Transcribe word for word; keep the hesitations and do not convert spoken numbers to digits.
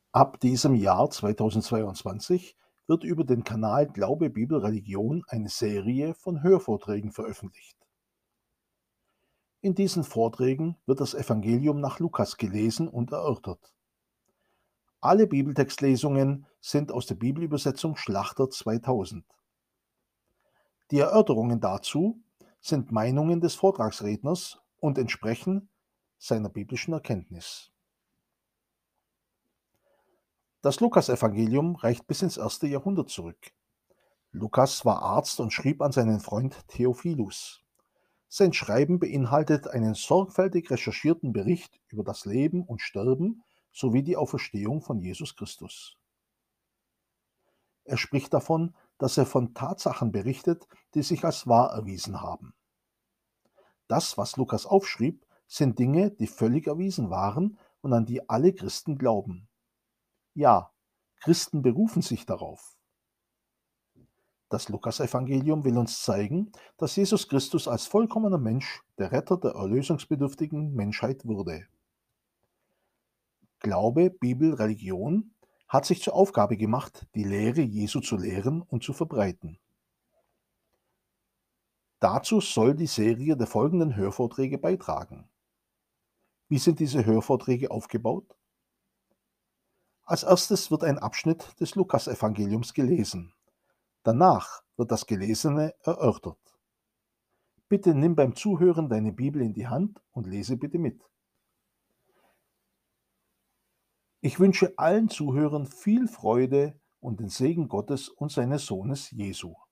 Ab diesem Jahr zweitausendzweiundzwanzig wird über den Kanal Glaube, Bibel, Religion eine Serie von Hörvorträgen veröffentlicht. In diesen Vorträgen wird das Evangelium nach Lukas gelesen und erörtert. Alle Bibeltextlesungen sind aus der Bibelübersetzung Schlachter zweitausend. Die Erörterungen dazu sind Meinungen des Vortragsredners und entsprechen seiner biblischen Erkenntnis. Das Lukasevangelium reicht bis ins erste Jahrhundert zurück. Lukas war Arzt und schrieb an seinen Freund Theophilus. Sein Schreiben beinhaltet einen sorgfältig recherchierten Bericht über das Leben und Sterben sowie die Auferstehung von Jesus Christus. Er spricht davon, dass er von Tatsachen berichtet, die sich als wahr erwiesen haben. Das, was Lukas aufschrieb, sind Dinge, die völlig erwiesen waren und an die alle Christen glauben. Ja, Christen berufen sich darauf. Das Lukasevangelium will uns zeigen, dass Jesus Christus als vollkommener Mensch der Retter der erlösungsbedürftigen Menschheit wurde. Glaube, Bibel, Religion hat sich zur Aufgabe gemacht, die Lehre Jesu zu lehren und zu verbreiten. Dazu soll die Serie der folgenden Hörvorträge beitragen. Wie sind diese Hörvorträge aufgebaut? Als erstes wird ein Abschnitt des Lukasevangeliums gelesen. Danach wird das Gelesene erörtert. Bitte nimm beim Zuhören deine Bibel in die Hand und lese bitte mit. Ich wünsche allen Zuhörern viel Freude und den Segen Gottes und seines Sohnes Jesu.